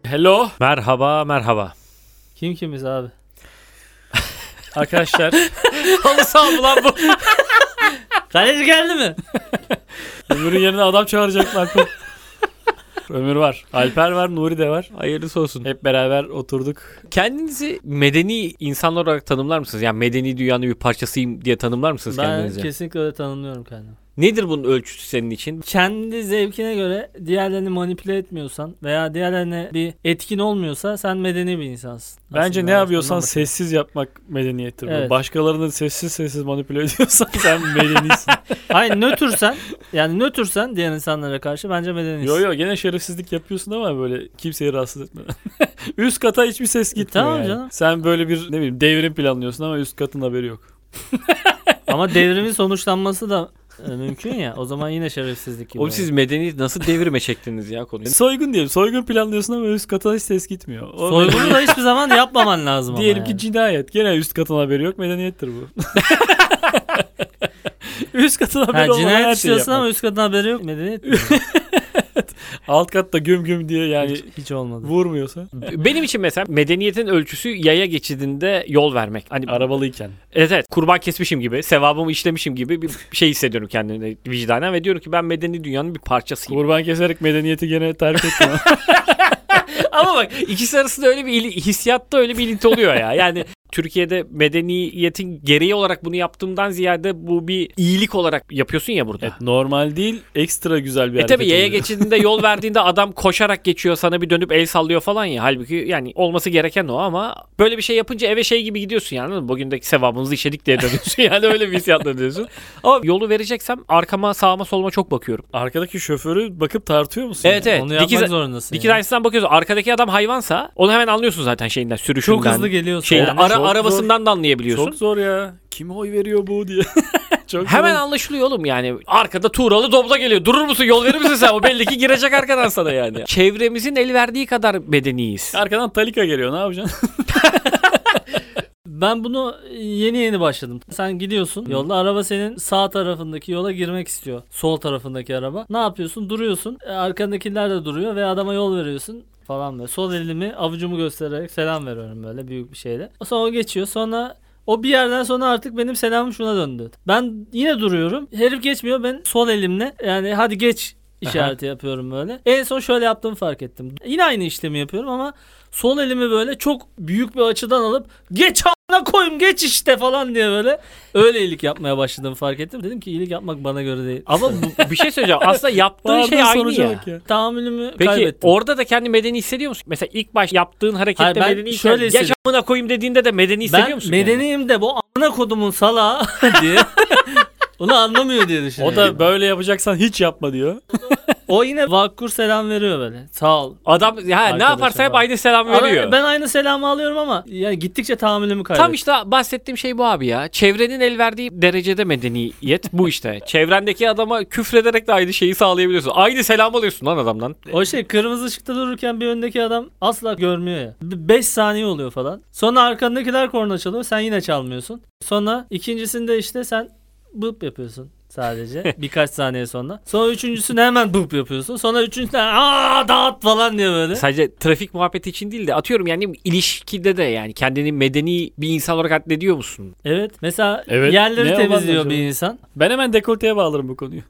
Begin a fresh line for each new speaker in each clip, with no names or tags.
Hello.
Merhaba, merhaba.
Kim kimiz abi?
Arkadaşlar.
Halı saha mı lan bu?
Kaleci geldi mi?
Ömür'ün yerine adam çağıracaklar. Ömür var. Alper var. Nuri de var.
Hayırlısı olsun.
Hep beraber oturduk.
Kendinizi medeni insanlar olarak tanımlar mısınız? Yani medeni dünyanın bir parçasıyım diye tanımlar mısınız
Ben
kendinizi?
kesinlikle öyle tanımlıyorum kendimi.
Nedir bunun ölçüsü senin için?
Kendi zevkine göre diğerlerini manipüle etmiyorsan veya diğerlerine bir etkin olmuyorsa sen medeni bir insansın.
Bence
Aslında
ne yapıyorsan
ondan bakıyorum.
sessiz yapmak medeniyettir.
Evet.
Başkalarını sessiz manipüle ediyorsan sen medenisin.
Hayır, nötrsen diğer insanlara karşı bence medenisin.
Yo gene şerefsizlik yapıyorsun ama böyle kimseyi rahatsız etmeden. Üst kata hiçbir ses gitmiyor
Tamam
yani.
canım.
Sen böyle bir ne bileyim devrim planlıyorsun ama üst katın haberi yok.
Ama devrimin sonuçlanması da mümkün ya. O zaman yine şerefsizlik gibi.
Oğlum siz medeni nasıl devrime çektiniz ya konuyu?
Soygun diyelim. Soygun planlıyorsun ama üst kata hiç ses gitmiyor. O
Soygunu da hiçbir zaman yapmaman lazım ama
diyelim
yani.
ki cinayet. Gene üst katın haberi yok. Medeniyettir bu. Üst katın haberi olmadan her
Cinayet
şeyi
işliyorsun
yapmak.
ama üst katın haberi yok. Medeniyet mi?
Alt katta güm diye yani
Hiç olmadı.
vurmuyorsa.
Benim için mesela medeniyetin ölçüsü yaya geçidinde yol vermek. Hani
Arabalıyken.
evet, kurban kesmişim gibi, sevabımı işlemişim gibi bir şey hissediyorum kendimde vicdanen ve diyorum ki ben medeni dünyanın bir parçasıyım.
Kurban keserek medeniyeti gene terk ettim.
Ama bak ikisi arasında öyle bir hissiyatta öyle bir ilinti oluyor ya. Yani Türkiye'de medeniyetin gereği olarak bunu yaptığımdan ziyade bu bir iyilik olarak yapıyorsun ya burada.
Evet, normal değil, ekstra güzel bir hareket
Tabii yaya
oluyor.
geçidinde yol verdiğinde adam koşarak geçiyor, sana bir dönüp el sallıyor falan ya. Halbuki yani olması gereken o ama böyle bir şey yapınca eve şey gibi gidiyorsun yani. Bugündeki sevabımızı işledik diye dönüyorsun yani, öyle bir hissiyatla dönüyorsun. Ama yolu vereceksem arkama, sağıma, soluma çok bakıyorum.
Arkadaki şoförü bakıp tartıyor musun?
Evet evet.
Onu yapmak zorundasın.
Dikiz aynısından bakıyorsun. Arkadaki adam hayvansa onu hemen anlıyorsun zaten şeyinden, sürüşünden.
Çok hızlı geliyorsun.
Şeyden,
Yani.
çok
arabasından da anlayabiliyorsun.
Çok zor ya. Kime oy veriyor bu diye. Çok
Hemen
zor.
anlaşılıyor oğlum yani. Arkada Tuğralı Dobla geliyor. Durur musun? Yol verir misin sen? O belli ki girecek arkadan sana yani. Çevremizin el verdiği kadar medeniyiz.
Arkadan Talika geliyor. Ne yapacaksın?
Ben bunu yeni başladım. Sen gidiyorsun yolda, araba senin sağ tarafındaki yola girmek istiyor. Sol tarafındaki araba. Ne yapıyorsun? Duruyorsun. Arkandakiler de duruyor ve adama yol veriyorsun falan böyle. Sol elimi avucumu göstererek selam veriyorum böyle büyük bir şeyle. Sonra o geçiyor. Sonra o bir yerden sonra artık benim selamım şuna döndü. Ben yine duruyorum. Herif geçmiyor. Ben sol elimle yani hadi geç işareti yapıyorum böyle. En son şöyle yaptığımı fark ettim. Yine aynı işlemi yapıyorum ama sol elimi böyle çok büyük bir açıdan alıp geç a**ına koyayım geç işte falan diye böyle öyle iyilik yapmaya başladığımı fark ettim. Dedim ki iyilik yapmak bana göre değil.
Ama bir şey söyleyeceğim. Aslında yaptığın şey
Vardığın
aynı
sonuca
ya.
bak ya.
Tahammülümü
Peki
kaybettim.
orada da kendi medeni hissediyor musun? Mesela ilk baş yaptığın harekette
Hayır, ben
medeni
şöyle
geç
hissediyorum.
amına koyayım dediğinde de medeni hissediyor
Ben
musun?
medeniyim de bu amına kodumun salağı diye onu anlamıyor diye
O
düşünüyorum.
da böyle yapacaksan hiç yapma diyor.
O yine vakkur selam veriyor böyle. Sağ ol.
Adam ya ne
Arkadaşım
yaparsa hep
var.
aynı selam veriyor.
Ama ben aynı selamı alıyorum ama yani gittikçe tahammülümü kaybettim.
Tam işte bahsettiğim şey bu abi ya. Çevrenin el verdiği derecede medeniyet bu işte. Çevrendeki adama küfrederek de aynı şeyi sağlayabiliyorsun. Aynı selam alıyorsun lan adamdan.
O şey kırmızı ışıkta dururken bir öndeki adam asla görmüyor ya. 5 saniye oluyor falan. Sonra arkandakiler korna çalıyor. Sen yine çalmıyorsun. Sonra ikincisinde işte sen bıp yapıyorsun sadece. Birkaç saniye sonra. Sonra üçüncüsünde hemen bıp yapıyorsun. Sonra üçüncüsünde dağıt falan diye böyle.
Sadece trafik muhabbeti için değil de atıyorum yani ilişkide de yani kendini medeni bir insan olarak addediyor musun?
Evet. Mesela
Evet,
yerleri
ne
temizliyor
olan
bir
acaba?
insan.
Ben hemen dekolteye bağlarım bu konuyu.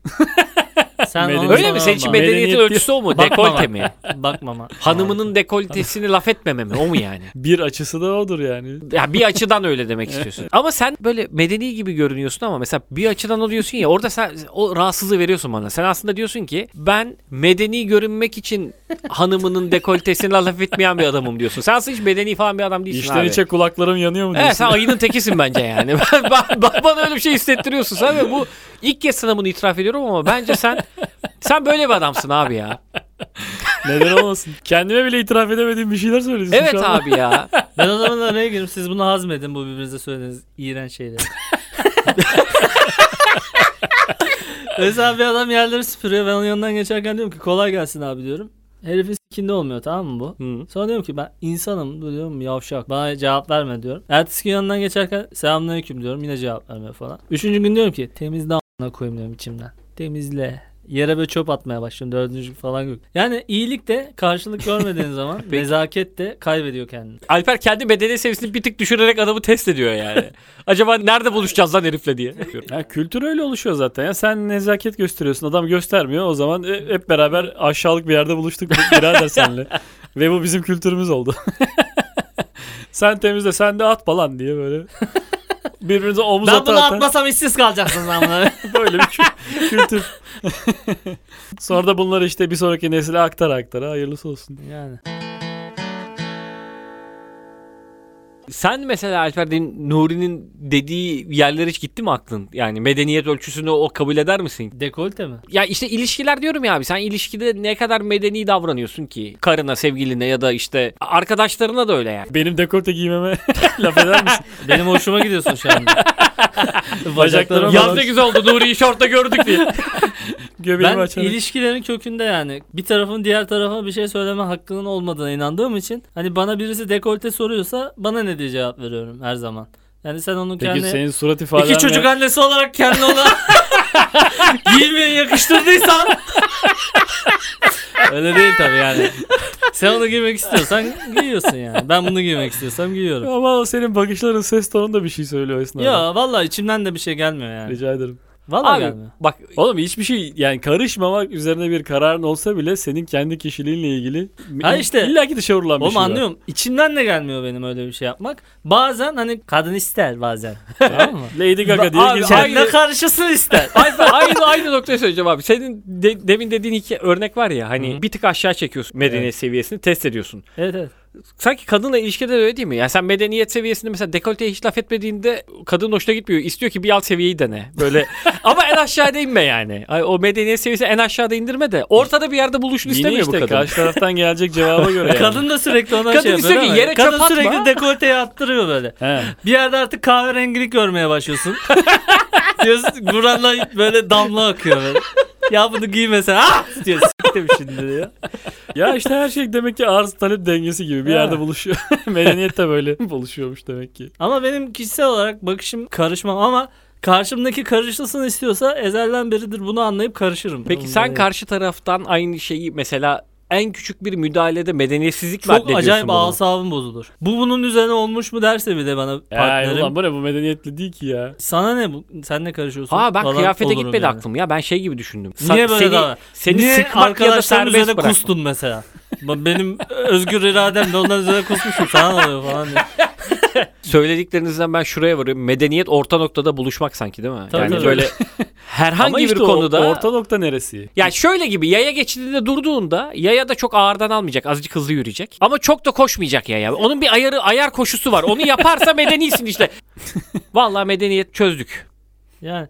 Sen
Medeni-
onu
Öyle
sonra
mi? Senin için
bak.
medeniyetin
Medeniyet
ölçüsü o mu?
Bakmama.
Dekolte mi?
Bakmama.
Hanımının dekoltesini laf etmeme mi? O mu yani?
Bir açısı da odur yani.
Ya bir açıdan öyle demek istiyorsun. Ama sen böyle medeni gibi görünüyorsun ama mesela bir açıdan o diyorsun ya, orada sen o rahatsızlığı veriyorsun bana. Sen aslında diyorsun ki ben medeni görünmek için hanımının dekoltesine laf etmeyen bir adamım diyorsun. Sen aslında hiç medeni falan bir adam değilsin
İçten
abi.
içe kulaklarım yanıyor mu diyorsun?
Evet, sen ayının tekisin bence yani. Bana öyle bir şey hissettiriyorsun sen ve bu ilk kez sana bunu itiraf ediyorum ama bence sen böyle bir adamsın abi ya.
Neden olmasın? Kendime bile itiraf edemediğim bir şeyler söylüyorsun
Evet
şu anda.
abi ya.
Ben o zaman araya girip siz bunu hazmedin, bu birbirinize söylediğiniz iğrenç şeyleri. Mesela bir adam yerleri süpürüyor. Ben onun yanından geçerken diyorum ki kolay gelsin abi diyorum. Herifin sikinde olmuyor, tamam mı bu?
Hı.
Sonra diyorum ki ben insanım diyorum, yavşak. Bana cevap verme diyorum. Ertesi gün yanından geçerken selamünaleyküm diyorum. Yine cevap vermiyor falan. Üçüncü gün diyorum ki temizle a**ına koyayım diyorum içimden. Temizle. Yere böyle çöp atmaya başlıyorsun. Dördüncülük falan yok. Yani iyilik de karşılık görmediğin zaman nezaket de kaybediyor kendini.
Alper kendi medeniyet seviyesini bir tık düşürerek adamı test ediyor yani. Acaba nerede buluşacağız lan herifle diye.
Ya kültür öyle oluşuyor zaten. Ya sen nezaket gösteriyorsun. Adam göstermiyor. O zaman hep beraber aşağılık bir yerde buluştuk birader senle. Ve bu bizim kültürümüz oldu. Sen temizle, sen de at falan diye böyle. Birbirinize omuz
Ben
ata
bunu
ata.
atmasam işsiz kalacaksın lan bunu.
Böyle bir kültür. Sonra da bunları işte bir sonraki nesile aktara hayırlısı olsun.
Yani.
Sen mesela Alper Nuri'nin dediği yerlere hiç gitti mi aklın? Yani medeniyet ölçüsünü o kabul eder misin?
Dekolte mi?
Ya işte ilişkiler diyorum ya abi. Sen ilişkide ne kadar medeni davranıyorsun ki? Karına, sevgiline ya da işte arkadaşlarına da öyle yani.
Benim dekolte giymeme laf eder misin?
Benim hoşuma gidiyorsun şu anda.
Bacaklarım
Yaz ne güzel oldu Nuri'yi şortta gördük diye.
Göbeğimi
Ben
açarak.
ilişkilerin kökünde yani bir tarafın diğer tarafa bir şey söyleme hakkının olmadığına inandığım için hani bana birisi dekolte soruyorsa bana ne diye cevap veriyorum her zaman. Yani sen onun
Peki
kendi
senin surat ifaden
iki çocuk annesi olarak kendi ona giymeyi yakıştırdıysan öyle değil tabii yani. Sen onu giymek istiyorsan giyiyorsun yani. Ben bunu giymek istiyorsam giyiyorum.
Ama o senin bakışların, ses tonun da bir şey söylüyor esnada.
Ya vallahi içimden de bir şey gelmiyor yani.
Rica ederim.
Vallahi
Abi
gelmiyor.
bak
Oğlum hiçbir şey yani karışmamak üzerine bir kararın olsa bile senin kendi kişiliğinle ilgili
Ha işte.
illaki dışa vurulan bir
Oğlum
şey var.
anlıyorum. İçimden de gelmiyor benim öyle bir şey yapmak. Bazen hani kadın ister bazen. Tamam mı?
Lady Gaga diye
Abi,
girsen.
Kendine karşısını ister.
aynı noktayı söyleyeceğim abi. Senin demin dediğin iki örnek var ya hani
Hı.
bir tık aşağı çekiyorsun medeniyet seviyesini test ediyorsun.
Evet evet.
Sanki kadınla ilişkide de öyle değil mi? Yani sen medeniyet seviyesinde mesela dekolteye hiç laf etmediğinde kadın hoşuna gitmiyor. İstiyor ki bir alt seviyeyi dene. Böyle ama en aşağıda inme yani. Ay, o medeniyet seviyesi en aşağıda indirme de ortada bir yerde buluşun
Yine
istemiyor
işte
bu kadın.
karşı taraftan gelecek cevaba göre yani.
Kadın da sürekli ona
Kadın
şey
istiyor
yapıyor.
ki
değil mi?
yere çöp
Kadın
atma.
sürekli dekolteye attırıyor böyle.
He.
Bir yerde artık kahverengilik görmeye başlıyorsun. Diyorsun burandan böyle damla akıyor böyle. Ya bunu giymesen diyor s**tim şimdi diyor.
Ya işte her şey demek ki arz talep dengesi gibi bir
Ha.
yerde buluşuyor. Medeniyet de böyle buluşuyormuş demek ki.
Ama benim kişisel olarak bakışım karışmam ama karşımdaki karışılsın istiyorsa ezelden beridir bunu anlayıp karışırım.
Peki sen karşı taraftan aynı şeyi mesela en küçük bir müdahalede medeniyetsizlik mi
çok
addediyorsun
acayip
bunu?
asabım bozulur. Bu bunun üzerine olmuş mu derse bir de bana
Ya
partnerim.
ulan bu ne, bu medeniyetli değil ki ya.
Sana ne bu? Sen ne karışıyorsun?
Ha ben
falan
kıyafete
olurum
gitmedi
yani.
aklım ya. Ben şey gibi düşündüm.
Niye böyle davran?
Seni
Niye
sıkmak ya da
arkadaşların
serbest
üzerine
bırakmak.
kustun mesela? Benim özgür irademle onların üzerine kusmuşum. Sana ne oluyor falan diye.
Söylediklerinizden ben şuraya varıyorum. Medeniyet orta noktada buluşmak sanki değil mi?
Tabii,
yani
tabii.
böyle herhangi
Ama
bir
işte
konuda.
orta nokta neresi?
Ya şöyle gibi yaya geçidinde durduğunda yaya da çok ağırdan almayacak. Azıcık hızlı yürüyecek. Ama çok da koşmayacak yaya. Onun bir ayar koşusu var. Onu yaparsa medenisin işte. Vallahi medeniyet çözdük.
Yani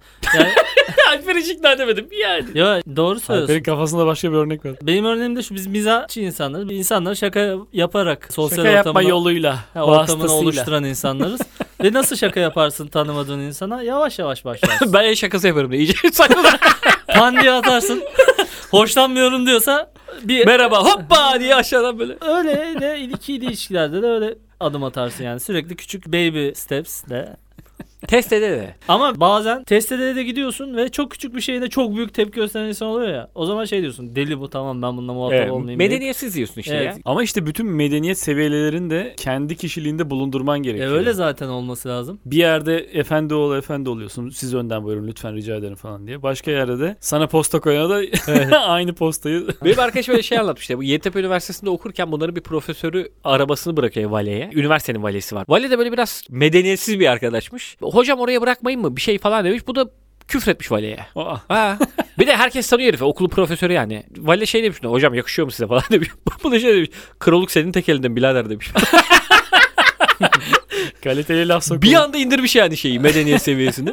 Alper hiç ikna edemedim yani.
ya doğru söylüyorsun.
Alper'in kafasında başka bir örnek var.
Benim örneğimde şu, biz mizahçı insanlarız. İnsanlara şaka yaparak sosyal
Şaka yapma
ortamını,
yoluyla,
ortamını
vasıtasıyla.
oluşturan insanlarız. Ve nasıl şaka yaparsın tanımadığın insana? Yavaş yavaş başlarsın.
Ben el şakası yaparım da iyice sakladım.
Pan diye atarsın. Hoşlanmıyorum diyorsa bir
Merhaba hoppa diye aşağıdan böyle.
öyle de ikili ilişkilerde de öyle adım atarsın yani. Sürekli küçük baby steps de.
Test de.
Ama bazen testede de gidiyorsun ve çok küçük bir şeyde çok büyük tepki gösteren insan oluyor ya. O zaman şey diyorsun, deli bu, tamam ben bununla muhatap
Evet,
olmayayım. deyip.
Medeniyetsiz diyorsun işte
Evet.
ya.
Ama işte bütün medeniyet seviyelerini de kendi kişiliğinde bulundurman gerekiyor.
Öyle zaten olması lazım.
Bir yerde efendi oluyorsun. Siz önden buyurun lütfen rica ederim falan diye. Başka yerde de sana posta koyana da aynı postayı.
Benim arkadaşım öyle şey anlatmıştı. Bu Yeditepe Üniversitesi'nde okurken bunların bir profesörü arabasını bırakıyor valeye. Üniversitenin valisi var. Vali de böyle biraz medeniyetsiz bir arkadaşmış. Hocam oraya bırakmayın mı? Bir şey falan demiş. Bu da küfretmiş valeye.
Aa,
Ha. Bir de herkes tanıyor herifi. Okulun profesörü yani. Vali şey demiş. Hocam yakışıyor mu size falan demiş. Bu da şey demiş. Kroluk senin tek elinden birader demiş.
kaliteli laf sokuyor.
Bir anda indirmiş yani şeyi medeniyet seviyesini.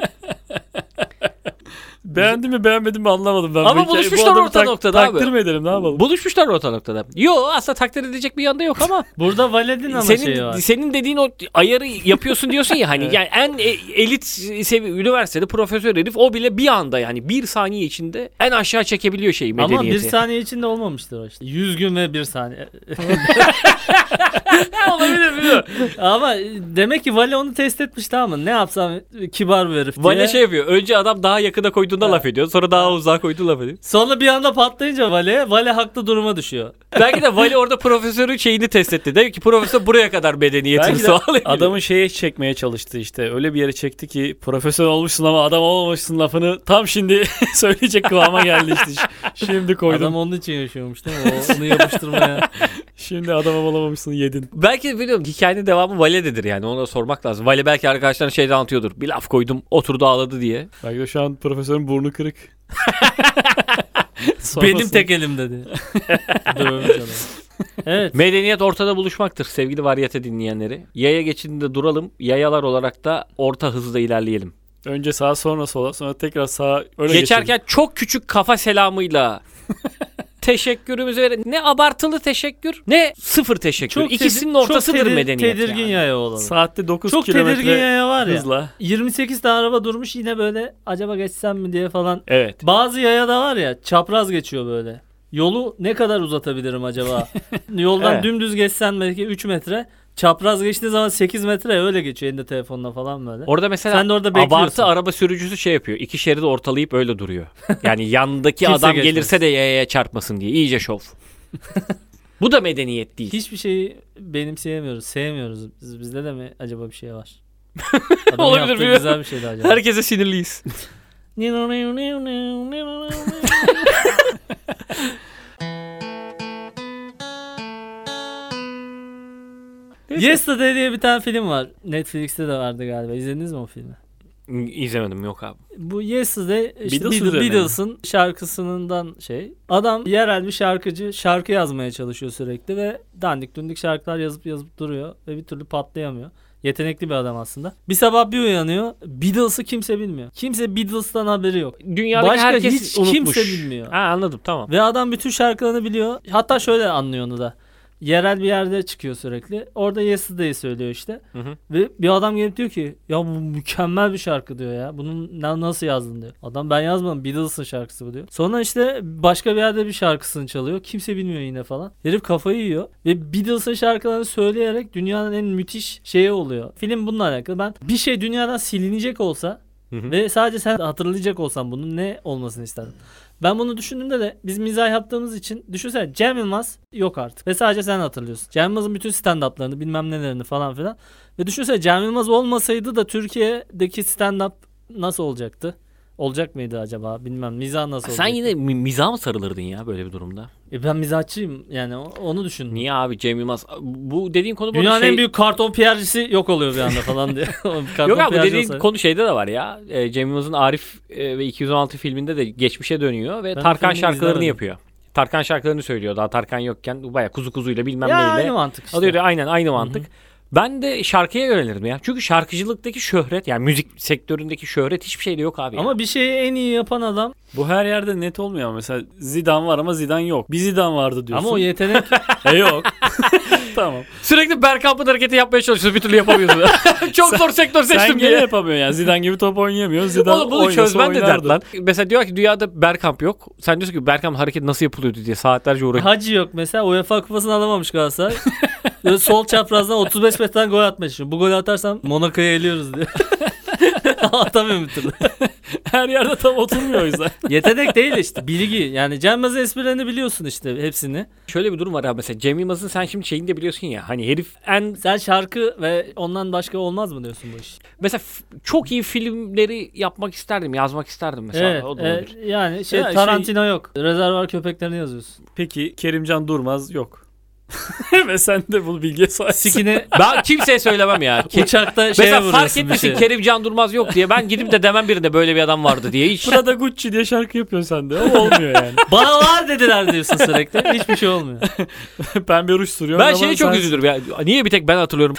Beğendim mi beğenmedim mi anlamadım ben.
Ama
bu hikayeyi.
buluşmuşlar
Bu adamı
orta noktada abi.
Takdir mi edelim ne yapalım?
Buluşmuşlar orta noktada. Yo aslında takdir edecek bir yanda yok ama.
Burada Valed'in ama şeyi var.
Senin dediğin o ayarı yapıyorsun diyorsun ya hani yani en elit üniversitede profesör herif o bile bir anda yani bir saniye içinde en aşağı çekebiliyor şeyi medeniyeti.
Ama bir saniye içinde olmamıştır o işte. 100 gün ve 1 saniye.
olabilir.
Ama demek ki Vale onu test etmiş, tamam mı? Ne yapsam kibar bir herif diye.
Vale şey yapıyor. Önce adam daha yakına koyduğunda koyduğunda laf ediyor. Sonra daha uzağa koyduğu laf ediyor.
Sonra bir anda patlayınca Vale haklı duruma düşüyor.
Belki de Vali orada profesörün şeyini test etti. Dedi ki profesör buraya kadar medeniyetini
Belki de
sağlayabilir.
adamın şeye çekmeye çalıştı işte. Öyle bir yere çekti ki profesör olmuşsun ama adam olmamışsın lafını tam şimdi söyleyecek kıvama geldi işte. Şimdi koydum.
Adam onun için yaşıyormuş değil mi? Onu yapıştırmaya.
Şimdi adama olamamışsın yedin.
Belki de biliyorum hikayenin devamı Vale'dedir yani. Ona sormak lazım. Vale belki arkadaşlarına şeyden anlatıyordur. Bir laf koydum oturdu ağladı diye.
Belki de şu an profesörün burnu kırık.
Benim
Sonrasında-
tek elim dedi. Dövmüş adam. Evet.
Medeniyet ortada buluşmaktır sevgili Varyete dinleyenleri. Yaya geçidinde duralım. Yayalar olarak da orta hızda ilerleyelim.
Önce sağa sonra sola sonra tekrar sağa öyle
Geçerken çok küçük kafa selamıyla teşekkürümüzü verin. Ne abartılı teşekkür ne sıfır teşekkür. İkisinin ortasıdır medeniyet.
Tedirgin
yani.
yaya
geçelim.
olalım.
Saatte 9
Çok tedirgin
kilometre
yaya var ya.
hızla.
28 tane araba durmuş yine böyle acaba geçsem mi diye falan.
Evet.
Bazı yaya da var ya çapraz geçiyor böyle. Yolu ne kadar uzatabilirim acaba? Yoldan
Evet.
dümdüz geçsen belki 3 metre. Çapraz geçtiği zaman 8 metre öyle geçiyor elinde telefonla falan böyle.
Orada mesela
Sen de orada bekliyorsun.
abartı araba sürücüsü şey yapıyor. İki şeridi ortalayıp öyle duruyor. Yani yandaki
Kimse
adam
geçmez.
gelirse de yayaya çarpmasın diye. İyice şov. Bu da medeniyet değil.
Hiçbir şeyi benimseyemiyoruz, sevmiyoruz. Bizde de mi acaba bir şey var? Adamın
Olabilir,
yaptığı
bilmiyorum.
güzel bir şeydi acaba.
Herkese sinirliyiz.
Yesterday diye bir tane film var. Netflix'te de vardı galiba. İzlediniz mi o filmi?
İzlemedim yok abi.
Bu Yesterday işte
Beatles üzerine mi?
Beatles'ın şarkısından şey. Adam yerel bir şarkıcı şarkı yazmaya çalışıyor sürekli ve dandik dundik şarkılar yazıp duruyor ve bir türlü patlayamıyor. Yetenekli bir adam aslında. Bir sabah bir uyanıyor. Beatles'ı kimse bilmiyor. Kimse Beatles'tan haberi yok.
Dünyadaki
Başka
herkes
hiç
unutmuş.
kimse bilmiyor.
Ha anladım tamam.
Ve adam bütün şarkılarını biliyor. Hatta şöyle anlıyor onu da. Yerel bir yerde çıkıyor sürekli. Orada Yesterday'i söylüyor işte.
Hı hı.
Ve bir adam gelip diyor ki ya bu mükemmel bir şarkı diyor ya. Bunu nasıl yazdın diyor. Adam ben yazmadım. Beatles'ın şarkısı bu diyor. Sonra işte başka bir yerde bir şarkısını çalıyor. Kimse bilmiyor yine falan. Herif kafayı yiyor. Ve Beatles'ın şarkılarını söyleyerek dünyanın en müthiş şeyi oluyor. Film bununla alakalı. Ben bir şey dünyadan silinecek olsa
Hı hı.
ve sadece sen hatırlayacak olsan bunun ne olmasını isterdin? Ben bunu düşündüğümde de biz mizah yaptığımız için düşünsene Cem Yılmaz yok artık. Ve sadece sen hatırlıyorsun. Cem Yılmaz'ın bütün stand-up'larını bilmem nelerini falan filan. Ve düşünsene Cem Yılmaz olmasaydı da Türkiye'deki stand-up nasıl olacaktı? Olacak mıydı acaba? Bilmem mizah nasıl
Sen
olacaktı?
yine mizaha mı sarılırdın ya böyle bir durumda?
Ben mizahçıyım yani onu düşündüm.
Niye abi Cem Yılmaz? Bu dediğin konu
Dünyanın
şey...
en büyük karton piyercisi yok oluyor bir anda falan diye. Karton
Yok abi bu
piyerci
dediğin
olsaydı.
konu şeyde de var ya. Cem Yılmaz'ın Arif ve 216 filminde de geçmişe dönüyor ve
Ben
Tarkan
filmi
şarkılarını
izlemedim.
yapıyor. Tarkan şarkılarını söylüyor. Daha Tarkan yokken baya kuzu kuzuyla bilmem
Ya
neyle.
aynı mantık işte.
Alıyor aynen aynı mantık. Ben de şarkıya yönelirdim ya. Çünkü şarkıcılıktaki şöhret yani müzik sektöründeki şöhret hiçbir şeyde yok abi. ya.
Ama bir şeyi en iyi yapan adam
Bu her yerde net olmuyor ama mesela Zidane var ama Zidane yok. Bir Zidane vardı diyorsun.
ama o yetenek
yok. Tamam.
Sürekli Bergkamp'ın hareketi yapmaya çalışıyorsun bir türlü yapamıyorsun. Çok zor sektör
Sen
seçtim
gene
diye.
yapamıyorsun yani. Zidane gibi top oynayamıyor. Zidane
Oğlum bunu
oynasa
çözmen de dert
oynardı.
lan. Mesela diyor ki dünyada Bergkamp yok. Sen diyorsun ki Bergkamp hareketi nasıl yapılıyordu diye saatlerce uğraşıyor.
Hacı yok mesela UEFA kupasını alamamış Galatasaray. Böyle sol çaprazdan 35 metreden gol atmaya çalışıyor. Bu golü atarsam Monaco'yu eliyoruz diyor. Atamıyorum bir türlü.
Her yerde tam oturmuyor o yüzden.
Yetenek değil işte bilgi. Yani Cem Yılmaz'ın esprilerini biliyorsun işte hepsini.
Şöyle bir durum var abi mesela Cem Yılmaz'ın sen şimdi şeyini de biliyorsun ya. Hani herif en
Sen şarkı ve ondan başka olmaz mı diyorsun bu iş?
mesela çok iyi filmleri yapmak isterdim, yazmak isterdim mesela.
Evet,
O da olabilir.
yani
Ya
Tarantino yok. Rezervuar köpeklerini yazıyorsun.
Peki Kerimcan Durmaz yok. Ve sen de bu bilgiye sahipsin.
Sikini
Ben kimseye söylemem ya.
uçakta şeye
Mesela fark
vuruyorsun bir
etmişsin
şey.
Kerimcan Durmaz yok diye ben gidip de demem birinde böyle bir adam vardı diye hiç.
Prada Gucci diye şarkı yapıyorsun sen de ama olmuyor yani.
Bana var dediler diyorsun sürekli. Hiçbir şey olmuyor.
Pembe ruj sürüyor.
Ben
ama
şeyi çok
sen-
üzülürüm ya. Niye bir tek ben hatırlıyorum?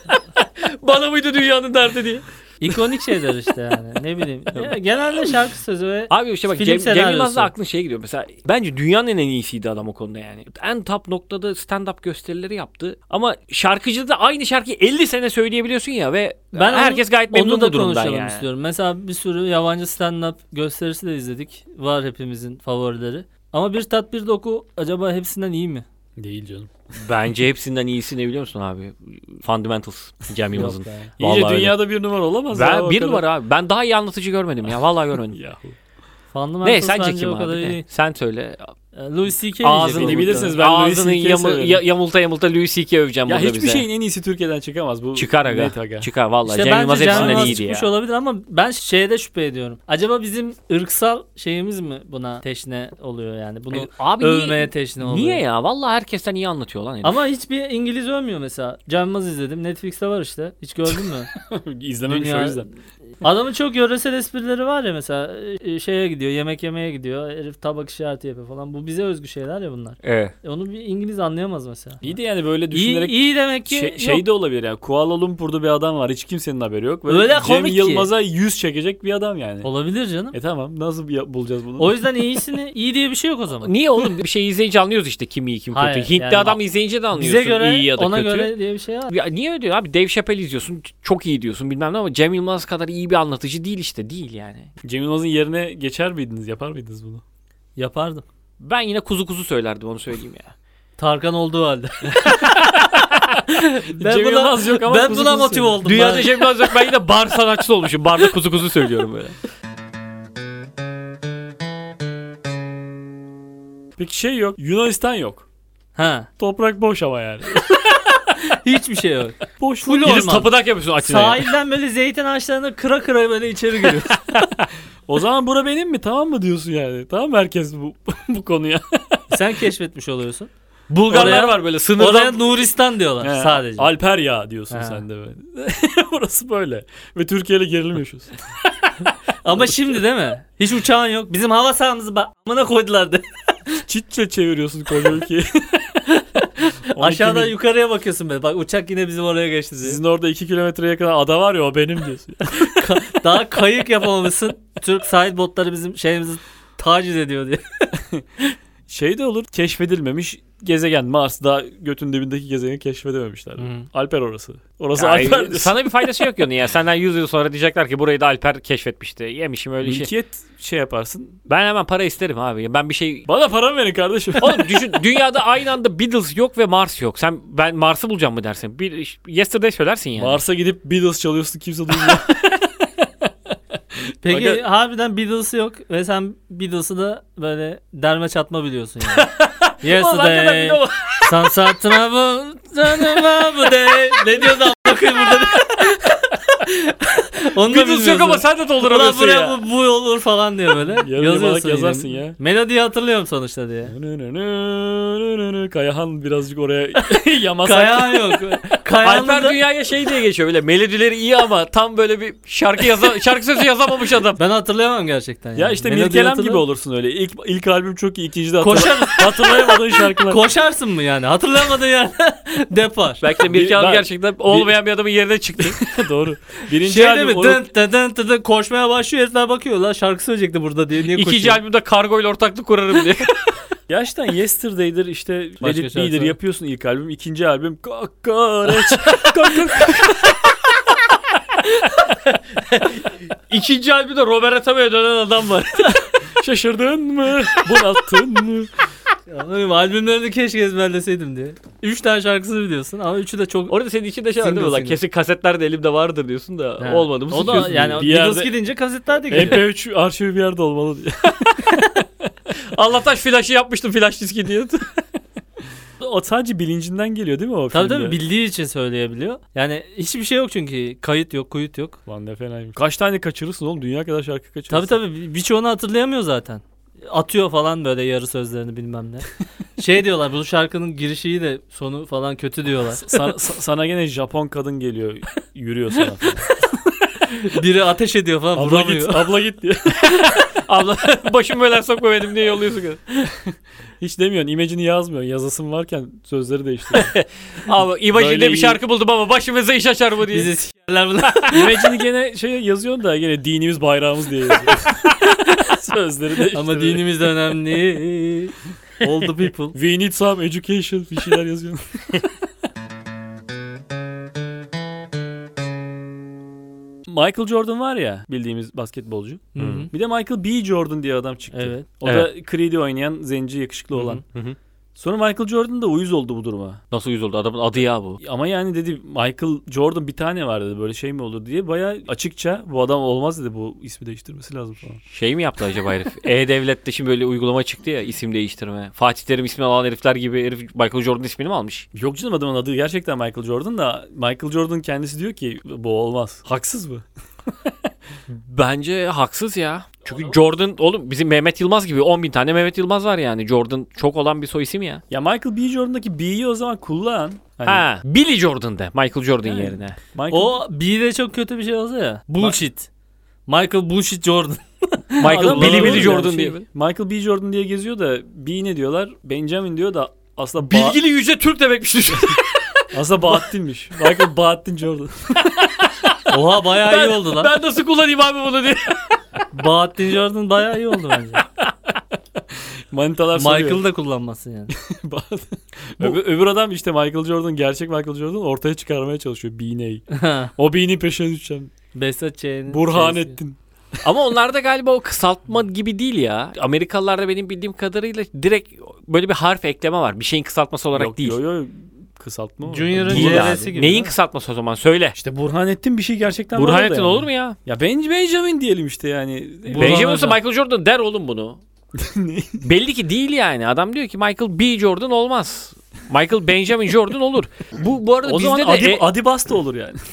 Bana mıydı dünyanın derdi diye.
İkonik şeyler işte yani. Ne bileyim. Ya, genelde şarkı sözü ve
Abi işte bak
Film
Cem
senaryosu.
Yılmaz'da aklın şeye gidiyor. Mesela bence dünyanın en iyisiydi adam o konuda yani. En top noktada stand-up gösterileri yaptı. Ama şarkıcılıkta aynı şarkıyı 50 sene söyleyebiliyorsun ya ve herkes gayet memnun
onu da
bu durumdan
konuşalım
yani.
istiyorum. Mesela bir sürü yabancı stand-up gösterisi de izledik. Var hepimizin favorileri. Ama bir tat bir doku acaba hepsinden iyi mi?
Değil canım.
Bence hepsinden iyisi ne biliyor musun abi? Fundamentals Cem Yılmaz'ın.
Yok be.
İyice
Vallahi öyle.
dünyada bir numara olamaz ya.
Ben
o
bir
kadar.
numara abi. Ben daha iyi anlatıcı görmedim ya. Vallahi görmedim.
Yahu.
Fundamentals
sence
bence
kim
o kadar
abi?
iyi
Ne?
değil.
Sen söyle.
Louis C.K.
Ağzını
diyecek
bilirsiniz,
muhtemelen.
ben Louis
Ağzını
C.K. severim.
yamulta Louis C.K. öveceğim
Ya
burada
hiçbir
bize.
şeyin en iyisi Türkiye'den çıkamaz. Bu
Çıkar aga.
net aga.
Çıkar vallahi.
İşte
Cem Yılmaz
bence Cem
hepsinden
Yılmaz
iyiydi
çıkmış
ya.
olabilir ama ben şeyde şüphe ediyorum. Acaba bizim ırksal şeyimiz mi buna teşne oluyor yani? Bunu
Abi
övmeye teşne oluyor.
niye ya? Vallahi herkesten iyi anlatıyor lan herif.
Ama hiçbir İngiliz övmüyor mesela. Cem Yılmaz izledim. Netflix'te var işte. Hiç gördün mü?
İzlememiş
Dünya-
o yüzden.
Adamın çok yöresel esprileri var ya mesela. Şeye gidiyor, yemek yemeye gidiyor. Herif tabak işareti yapıyor falan. Bu bize özgü şeyler ya bunlar.
Evet.
Onu bir İngiliz anlayamaz mesela.
İyi de yani böyle
İyi,
düşünerek
iyi demek ki
şey
yok.
de olabilir yani. Kuala Lumpur'da bir adam var. Hiç kimsenin haberi yok.
Öyle
Cem
komik ki.
Yılmaz'a 100 çekecek bir adam yani.
Olabilir canım.
Tamam. Nasıl bulacağız bunu?
O yüzden iyisini iyi diye bir şey yok o zaman.
Niye oğlum? Bir şey izleyince anlıyoruz işte kim iyi kim kötü.
Hayır,
Hintli
yani
adam izleyince de anlıyorsun
Bize göre
iyi ya da
ona
kötü.
göre diye bir şey var.
Ya niye öyle diyor abi? Dave Chappelle izliyorsun. Çok iyi diyorsun bilmem ne ama Cem Yılmaz kadar iyi bir anlatıcı değil işte. Değil yani.
Cem Yılmaz'ın yerine geçer miydiniz? Yapar mıydınız bunu?
Yapardım.
Ben yine kuzu söylerdim onu söyleyeyim ya.
Tarkan olduğu halde.
Cem Yılmaz yok ama
ben
kuzu
buna
kuzu
motive
söylüyor.
oldum.
Dünyada
ben.
Cem Yılmaz yok. Ben yine bar sanatçısı olmuşum. Barda kuzu söylüyorum böyle.
Peki şey yok. Yunanistan yok.
Ha.
Toprak boş ama yani.
Hiçbir şey yok.
Boş.
Full
Gidip
orman.
tapınak yapıyorsun açına.
Sahilden böyle zeytin ağaçlarını kıra kıra böyle içeri giriyor.
O zaman bura benim mi? Tamam mı diyorsun yani? Tamam mı herkes bu konuya?
Sen keşfetmiş oluyorsun.
Bulgarlar
Oraya-
var böyle
Oraya
sınırdan.
Nuristan diyorlar
He,
sadece.
Alper ya diyorsun
He.
sen de böyle. Burası böyle. Ve Türkiye ile gerilim yaşıyorsun.
Ama şimdi değil mi? Hiç uçağın yok. Bizim hava sahamızı amına koydular de.
Çitçe çeviriyorsun koca ülkeyi. 12
Aşağıdan
mil.
yukarıya bakıyorsun böyle. Bak uçak yine bizim oraya geçti diye.
Sizin orada 2 kilometreye kadar ada var ya o benim diyorsun.
Daha kayık yapamamışsın. Türk sahil botları bizim şeyimizi taciz ediyor diye.
Şey de olur, keşfedilmemiş gezegen Mars, daha götün dibindeki gezegeni keşfedememişler.
Hı.
Alper orası. Orası
Ay,
Alper diyorsun.
sana bir faydası yok yani. Senden 100 yıl sonra diyecekler ki burayı da Alper keşfetmişti. Yemişim öyle şey.
Mülkiyet şey yaparsın.
Ben hemen para isterim abi. Ben bir şey...
Bana para verin kardeşim.
Oğlum düşün, dünyada aynı anda Beatles yok ve Mars yok. Ben Mars'ı bulacağım mı dersin? Yesterday söylersin yani.
Mars'a gidip Beatles çalıyorsun, kimse duymuyor.
Peki
Aga-
harbiden Beatles'ı yok ve sen Beatles'ı da böyle derme çatma biliyorsun yani. Yesterday, sunset trouble, bu day. Ne diyordu amına koyayım burada? Onu da
Beatles yok
bilmiyorsun.
ama sen de
Ulan
dolduramıyorsun
buraya
ya.
bu olur falan diyor böyle.
Yazıyorsun yazarsın
yine.
ya.
Melodiyi hatırlıyorum sonuçta diye.
Kayahan birazcık oraya yamasak.
Kayahan yok. Kayahan'da
Alper dünyaya şey diye geçiyor böyle melodileri iyi ama tam böyle bir şarkı sözü yazamamış adam.
ben hatırlayamam gerçekten.
Ya
yani.
işte
Melodiyi
Mirkelam gibi
hatırlıyorum.
olursun öyle. İlk albüm çok iyi, ikinci de
Koşarız.
hatırlayamadığın şarkılar.
Koşarsın mı yani? Hatırlamadın yani. Depar.
Belki de bir
Ben-
gerçekten olmayan bir adamın yerine çıktı.
Doğru. Birinci
Şey değil
albüm
mi?
onu-
Dın dın dın dın dın koşmaya başlıyor. Herifler bakıyor lan şarkı söyleyecekti burada diye. Niye
İkinci
koşuyor?
albümde kargoyla ortaklık kurarım diye.
Gerçekten Yesterday'dir işte Let
Başka
It Be'dir
şarkı.
yapıyorsun ilk albüm. İkinci albüm Kokoreç.
İkinci albümde Robert Atame'ye dönen adam var.
Şaşırdın mı? Bunalttın mı?
Anladın mı? Albümlerini keşke ezberleseydim diye. 3 tane şarkısını biliyorsun ama üçü de çok...
Orada senin içinde şey var değil mi?
Single,
Lan
single.
kesin kasetler de elimde vardır diyorsun da
He.
olmadı mı
O da
sıçıyorsun.
yani
Bir
Beatles
yerde-
gidince kasetler de geliyor.
MP3 arşivi bir yerde olmalı diye.
Allah'tan flaşı yapmıştım flash diski diye.
O sadece bilincinden geliyor değil mi o
Tabii
filmde?
tabii bildiği için söyleyebiliyor. Yani hiçbir şey yok çünkü. Kayıt yok, kuyut yok.
Lan ne fenaymış. Kaç tane kaçırırsın oğlum? Dünya kadar şarkı kaçırırsın.
Tabii tabii birçoğunu hatırlayamıyor zaten. Atıyor falan böyle yarı sözlerini bilmem ne. Şey diyorlar bu şarkının girişi iyi de sonu falan kötü diyorlar.
Sana gene Japon kadın geliyor. Yürüyor sana.
Biri ateş ediyor falan
abla
vuramıyor.
git, abla git diyor.
Abla başım böyle sokma benim diye yolluyorsun.
Hiç demiyorsun. İmecini yazmıyorsun. Yazasın varken sözleri değiştiriyor.
Abi Imagine
Böyle
bir
iyi.
şarkı buldum ama başımıza iş açar mı diye.
Bizi s**lerler bunlar.
İmecini gene şey yazıyorsun da gene dinimiz bayrağımız diye yazıyor. Sözleri değiştiriyor.
Ama dinimiz de önemli. All the people.
We need some education bir şeyler yazıyorsun. Michael Jordan var ya bildiğimiz basketbolcu.
Hı hı.
Bir de Michael B. Jordan diye adam çıktı.
Evet.
O da Creed'i oynayan zenci yakışıklı olan.
Hı hı.
Sonra Michael Jordan da uyuz oldu bu duruma.
Nasıl yüz oldu? Adamın adı ya bu.
Ama yani dedi Michael Jordan bir tane var dedi. Böyle şey mi olur diye. Bayağı açıkça bu adam olmaz dedi. Bu ismi değiştirmesi lazım falan.
Şey mi yaptı acaba herif? E-Devlet'te şimdi böyle uygulama çıktı ya, isim değiştirme. Fatih Terim ismini alan herifler gibi herif Michael Jordan ismini mi almış?
Yok canım, adamın adı gerçekten Michael Jordan da Michael Jordan kendisi diyor ki bu olmaz. Haksız mı?
Bence haksız ya. Çünkü Jordan oğlum bizim Mehmet Yılmaz gibi 10.000 tane Mehmet Yılmaz var yani. Jordan çok olan bir soy isim ya.
Ya Michael B. Jordan'daki B'yi o zaman kullan. Hani
Ha, Billy Jordan de Michael Jordan
Yani.
yerine.
Michael,
O bir de çok kötü bir şey olsa ya. Bullshit. Michael Bullshit Jordan.
Michael
Adam
Billy
olur
Billy
yani
Jordan
şey.
diye.
Michael B. Jordan diye geziyor da B ne diyorlar? Benjamin diyor da aslında
Bilgili Yüce Türk demekmiş düşün.
aslında Bahattin'miş. Michael Bahattin Jordan.
Oha bayağı iyi oldu lan.
Ben nasıl kullanayım abi bunu diye.
Bahattin Jordan bayağı iyi oldu bence.
Manitalar soruyor.
Michael'ı da kullanmasın yani.
Öbür adam işte Michael Jordan, gerçek Michael Jordan ortaya çıkarmaya çalışıyor. B neyi? O B'nin peşine düşeceğim.
Behzat Ç'nin
Burhanettin.
Ama onlarda galiba o kısaltma gibi değil ya. Amerikalılarda benim bildiğim kadarıyla direkt böyle bir harf ekleme var. Bir şeyin kısaltması olarak
Yok,
değil.
Yok kısaltma mı?
Junior'ın
Değil
CR'si
abi.
gibi.
Neyin
değil mi?
kısaltması o zaman? Söyle.
İşte Burhanettin bir şey gerçekten var
Burhanettin
orada yani.
olur mu ya?
Ya Benjamin diyelim işte yani.
Benjamin olsa
Hoca.
Michael Jordan der oğlum bunu. Belli ki değil yani. Adam diyor ki Michael B. Jordan olmaz. Michael Benjamin Jordan olur. Bu arada
O
bizde
zaman
de
Adibas da olur yani.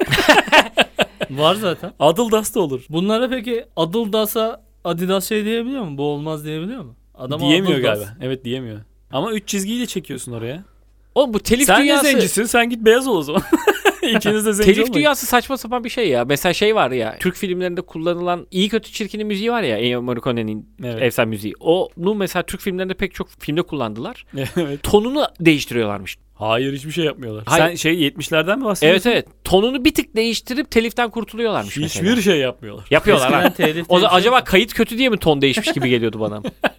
Var zaten.
Adıldas da olur.
Bunlara peki Adildas'a Adidas şey diyebiliyor mu? Bu olmaz diyebiliyor mu? Adam
Diyemiyor
Adildas.
galiba. Evet, diyemiyor. Ama 3 çizgiyi de çekiyorsun oraya.
Oğlum bu telif
Sen
dünyası.
de zencisin, sen git beyaz ol o zaman. İkiniz de zenci
Telif
olmayın.
dünyası saçma sapan bir şey ya. Mesela şey var ya. Türk filmlerinde kullanılan iyi kötü çirkinin müziği var ya. Ennio Morricone'nin
Evet.
efsane müziği. Onu mesela Türk filmlerinde pek çok filmde kullandılar.
Evet.
Tonunu değiştiriyorlarmış.
Hayır, hiçbir şey yapmıyorlar.
Hayır.
Sen 70'lerden mi
Evet
bahsediyorsun?
evet. Tonunu bir tık değiştirip teliften kurtuluyorlarmış
Hiçbir
mesela.
şey yapmıyorlar.
Yapıyorlar
Eskiden
ha.
telif
O zaman
diye bir şey
acaba kayıt kötü diye mi ton değişmiş gibi geliyordu bana.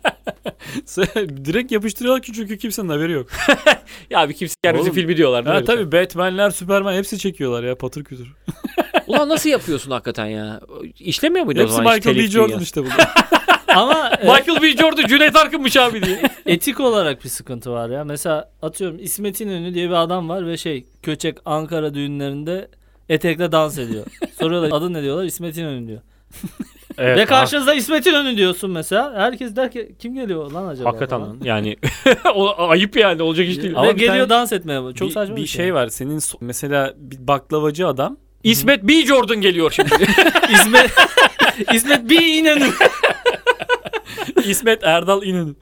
Direkt yapıştırıyorlar ki çünkü kimsenin haberi yok.
Ya bir kimse yer bizim
Oğlum.
filmi diyorlar.
Ha tabii, Batman'ler, Superman hepsi çekiyorlar ya, patır kütür.
Ulan nasıl yapıyorsun hakikaten ya? İşlemiyor muydu o
Hepsi
zaman hiç
Michael B.
telif
Jordan
dünyası?
işte bu.
Ama
Michael B. Jordan Cüneyt Arkın'mış abi diye.
etik olarak bir sıkıntı var ya. Mesela atıyorum İsmet İnönü diye bir adam var ve Köçek Ankara düğünlerinde etekle dans ediyor. Soruyorlar adı ne diyorlar? İsmet İnönü diyor.
Evet,
Ve karşınızda İsmet İnönü diyorsun mesela. Herkes der ki kim geliyor lan acaba?
hakikaten
falan.
lan. Yani o ayıp yani, olacak iş değil.
Ama
Ve
bir
geliyor
tane-
dans etmeye. Çok saçma
bir şey var. Senin mesela bir baklavacı adam.
İsmet B. Jordan geliyor şimdi.
İsmet bir İnönü.
İsmet Erdal İnönü.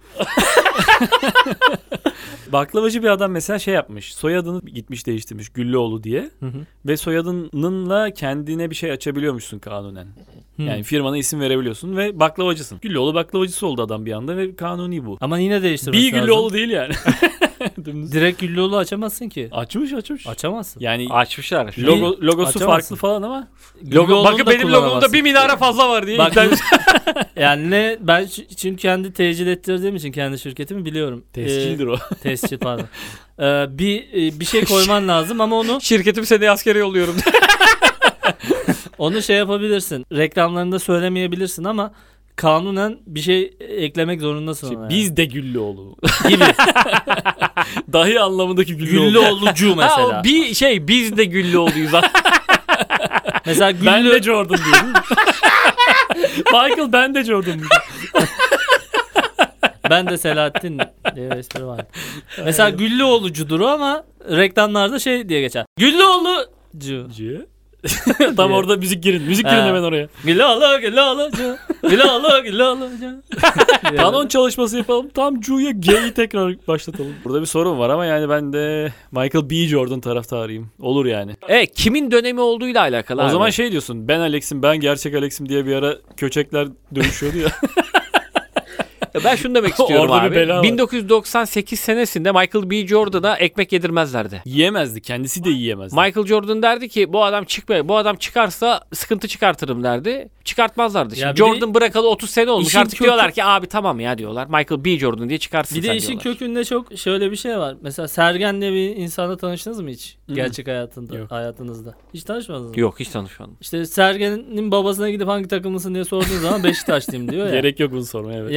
Baklavacı bir adam mesela şey yapmış. Soyadını gitmiş değiştirmiş Güllüoğlu diye. Ve soyadınınla kendine bir şey açabiliyormuşsun kanunen. Yani firmana isim verebiliyorsun ve baklavacısın. Güllüoğlu baklavacısı oldu adam bir anda ve kanuni bu.
Ama yine değiştirmesi
Bir
lazım.
Güllüoğlu değil yani. Dümdüz.
Direkt Güllüoğlu açamazsın ki.
Açmış.
Açamazsın.
Yani
Açmışlar.
logosu
Açamazsın.
farklı falan ama
Logo, bakın
da
benim logomda
kullanamazsın.
bir minare fazla var diye.
Bak,
İnternet-
yani ne ben çünkü kendi tecil ettirdiğim için kendi şirketimi biliyorum.
tescildir o.
Tescil pardon. Bir şey koyman lazım ama
Şirketim seni askere yolluyorum.
onu şey yapabilirsin. Reklamlarında söylemeyebilirsin ama kanunen bir şey eklemek zorundasın ona. yani.
Biz de Güllüoğlu.
gibi.
Dahi anlamındaki Güllüoğlu.
Güllüoğlucu
Ha,
mesela.
o bir şey biz de Güllüoğlu'yuz.
Mesela
Ben
Güllü
de Jordan diyorum. Michael ben de Jordan diyorum.
ben de Selahattin diye bir espri var. Mesela Güllüoğlucudur o ama reklamlarda şey diye geçer. Güllüoğlucu.
Tam orada müzik girin. Müzik girin
Ha.
hemen oraya.
Güllüoğlucu. Güllüoğlucu.
Kanon çalışması yapalım. Tam Cu'ya G'yi tekrar başlatalım. Burada bir sorun var ama yani ben de Michael B. Jordan taraftarıyım. Olur yani.
Kimin dönemi olduğuyla alakalı
O
abi.
zaman şey diyorsun. Ben Alex'im, ben gerçek Alex'im diye bir ara köçekler dönüşüyordu ya.
Ben şunu demek istiyorum
Orada bir
abi.
bela var.
1998 senesinde Michael B. Jordan'a ekmek yedirmezlerdi.
Yiyemezdi. Kendisi de yiyemezdi.
Michael Jordan derdi ki bu adam çıkmıyor. Bu adam çıkarsa sıkıntı çıkartırım derdi. Çıkartmazlardı. Şimdi
Ya bir
Jordan
de
bırakalı 30 sene olmuş.
işin
Artık diyorlar ki abi tamam ya diyorlar. Michael B. Jordan diye çıkarsın
Bir
sen
de işin diyorlar. kökünde çok şöyle bir şey var. Mesela Sergen diye bir insanla tanıştınız mı hiç?
Hı.
Gerçek hayatında,
Yok.
hayatınızda. Hiç tanışmadınız mı?
Yok hiç tanışmadım.
İşte Sergen'in babasına gidip hangi takımlısın diye sorduğun zaman Beşiktaşlıyım diyor ya.
Gerek yok bunu sormaya, evet.
Yani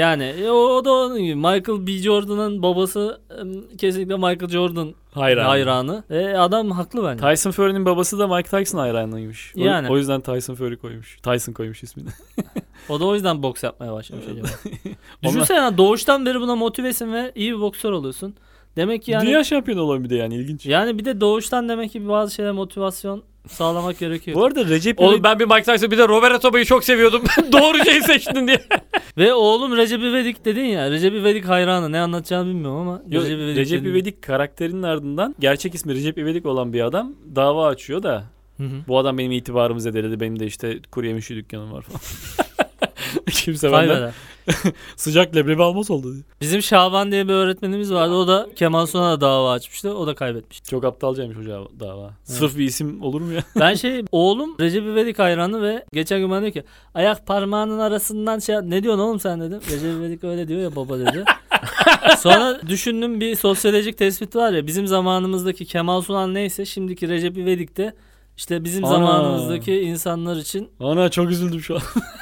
O da onun gibi. Michael B. Jordan'ın babası kesinlikle Michael Jordan hayranı. Adam haklı bence.
Tyson Fury'nin babası da Mike Tyson hayranıymış.
Yani.
O yüzden Tyson Fury koymuş. Tyson koymuş ismini.
O da o yüzden boks yapmaya başlamış acaba. Düşünsene doğuştan beri buna motivesin ve iyi bir boksör oluyorsun. Demek ki yani...
Dünya şampiyonu olan bir de yani ilginç.
Yani bir de doğuştan demek ki bazı şeylere motivasyon sağlamak gerekiyor.
Bu arada Recep
Oğlum ben bir Mike Tyson bir de Robert Atoba'yı çok seviyordum. Doğru şeyi seçtin diye.
Ve oğlum Recep İvedik dedin ya. Recep İvedik hayranı. Ne anlatacağını bilmiyorum ama.
Recep İvedik karakterinin ardından gerçek ismi Recep İvedik olan bir adam dava açıyor da bu adam benim itibarımı zedeledi. Benim de işte kuru yemişçi dükkanım var falan. Kimse benden sıcak leblebi almaz oldu diye.
Bizim Şaban diye bir öğretmenimiz vardı. O da Kemal Sunal'a dava açmıştı. O da kaybetmiş.
Çok aptalcaymış hocam dava. Sırf bir isim olur mu ya?
Ben oğlum Recep İvedik hayranı ve geçen gün bana diyor ki ayak parmağının arasından ne diyorsun oğlum sen dedim. Recep İvedik öyle diyor ya baba dedi. Sonra düşündüm bir sosyolojik tespit var ya bizim zamanımızdaki Kemal Sunal neyse şimdiki Recep İvedik de işte bizim zamanımızdaki insanlar için
Ana çok üzüldüm şu an.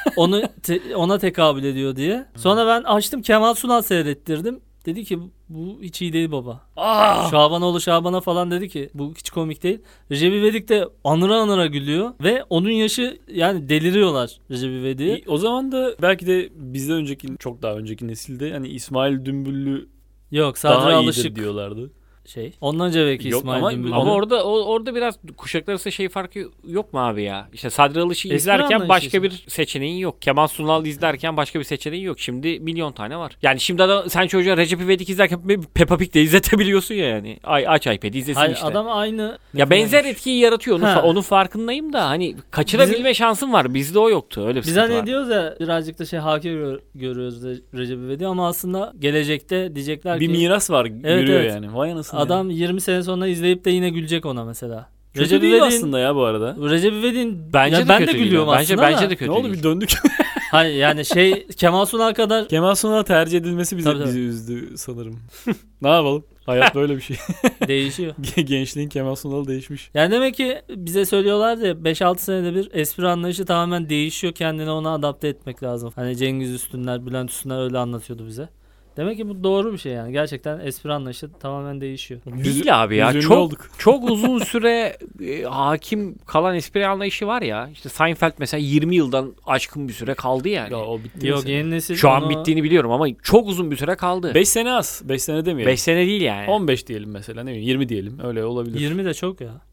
ona tekabül ediyor diye. Sonra ben açtım Kemal Sunal seyrettirdim. Dedi ki bu hiç iyi değil baba. Şabanoğlu Şaban'a falan dedi ki bu hiç komik değil. Recep İvedik de anıra gülüyor ve onun yaşı yani deliriyorlar Recep İvedik'i.
O zaman da belki de bizden önceki çok daha önceki nesilde hani İsmail Dümbüllü
Yok Sadri
daha
Alışık
iyidir diyorlardı.
Ondan önce belki
Yok,
İsmail Dümbüllü.
Ama orada biraz kuşaklar arası farkı yok mu abi ya? İşte Sadri Alışık'ı
Espri
izlerken
anlayışı
başka
işte.
bir seçeneğin yok. Kemal Sunal izlerken başka bir seçeneğin yok. Şimdi milyon tane var. Yani şimdi sen çocuğa Recep İvedik izlerken Peppa Pig de izletebiliyorsun ya yani. Aç iPad'i izlesin
Hayır,
işte.
adam aynı.
Ya benzer etkiyi yaratıyor. Onun farkındayım da hani kaçırabilme şansın var. Bizde o yoktu. Öyle bir
biz
sıkıntı
hani
var.
diyoruz ya birazcık da hakir görüyoruz Recep İvedik'i ama aslında gelecekte diyecekler
Bir
ki
miras var görüyor
evet.
yani. Vay anasını.
Adam 20 sene sonra izleyip de yine gülecek ona mesela.
Kötü değil aslında ya bu arada.
Recep İvedik'in
Bence
yani
de
ben de
kötü
gülüyorum
değil.
aslında.
Bence de
da.
kötü
Ne oldu
değil.
bir döndük.
Hayır yani Kemal Sunal kadar
Kemal Sunal'a tercih edilmesi bizi üzdü sanırım. Ne yapalım? Hayat böyle bir şey.
değişiyor.
Gençliğin Kemal Sunal'ı değişmiş.
Yani demek ki bize söylüyorlardı ya 5-6 senede bir espri anlayışı tamamen değişiyor. Kendini ona adapte etmek lazım. Hani Cengiz Üstünler, Bülent Üstünler öyle anlatıyordu bize. Demek ki bu doğru bir şey yani. Gerçekten espri anlayışı tamamen değişiyor.
Değil abi ya.
Üzünlü olduk.
Çok uzun süre hakim kalan espri anlayışı var ya. İşte Seinfeld mesela 20 yıldan aşkın bir süre kaldı yani.
Ya o bitti.
Yok
mesela.
yeni nesil
Şu an bittiğini biliyorum ama çok uzun bir süre kaldı.
5 sene az. 5 sene demeyelim.
5 sene değil yani.
15 diyelim mesela. Ne bileyim 20 diyelim. Öyle olabilir.
20 de çok ya.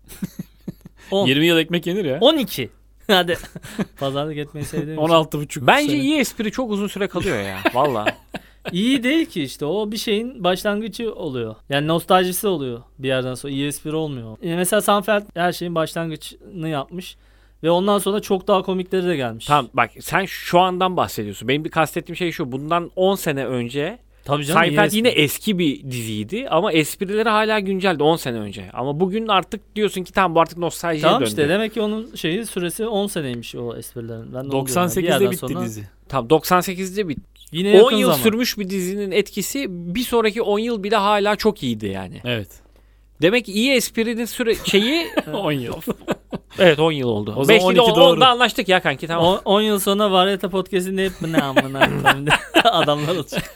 10.
20 yıl ekmek yenir ya.
12. Hadi. Pazarlık etmeyi sevdiğim için.
16,5
Bence
sene.
iyi espri çok uzun süre kalıyor ya. Valla.
İyi değil ki işte o bir şeyin başlangıcı oluyor. Yani nostaljisi oluyor bir yerden sonra iyi espri olmuyor. Mesela Seinfeld her şeyin başlangıcını yapmış ve ondan sonra çok daha komikleri de gelmiş.
Tamam bak sen şu andan bahsediyorsun. Benim bir kastettiğim şey şu. Bundan 10 sene önce
Tabii canım,
Seinfeld
iyi
yine
espri.
eski bir diziydi ama esprileri hala günceldi 10 sene önce. Ama bugün artık diyorsun ki tamam bu artık nostaljiye
Tamam
döndü.
işte demek ki onun süresi 10 seneymiş o esprilerin. Ben de onu diyorum. Bir
98'de
yerden
bitti
sonra
dizi.
Tamam 98'de bitti.
Yine
10
yakın
yıl
zaman.
sürmüş bir dizinin etkisi bir sonraki 10 yıl bile hala çok iyiydi yani.
Evet.
Demek ki iyi esprinin şeyi
10 yıl.
evet 10 yıl oldu.
O zaman
5 değil
12 doğru.
10'da anlaştık ya kanki tamam.
10 yıl sonra Varyete Podcast'inde hep ne amına adamlar olacak.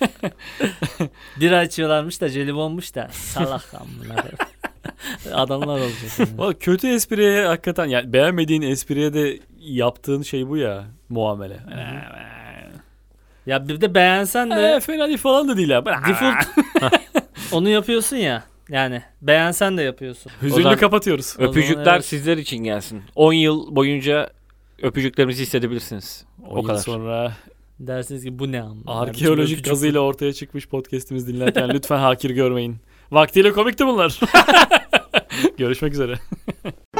Bir açıyorlarmış da jelibonmuş da salak amına. Adamlar olacak. Yani.
Valla kötü espriye hakikaten yani beğenmediğin espriye de yaptığın şey bu ya muamele.
Ya bir de beğensen de
Fena değil falan da değil ha.
default onu yapıyorsun ya. Yani beğensen de yapıyorsun.
O
Hüzünlü
zaman-
kapatıyoruz.
zaman
Öpücükler
evet.
sizler için gelsin. 10 yıl boyunca öpücüklerimizi hissedebilirsiniz.
10
O kadar.
yıl sonra
Dersiniz ki bu ne amma.
arkeolojik
Öpücük-
kazıyla ortaya çıkmış podcast'imizi dinlerken lütfen hakir görmeyin. Vaktiyle komikti bunlar. Görüşmek üzere.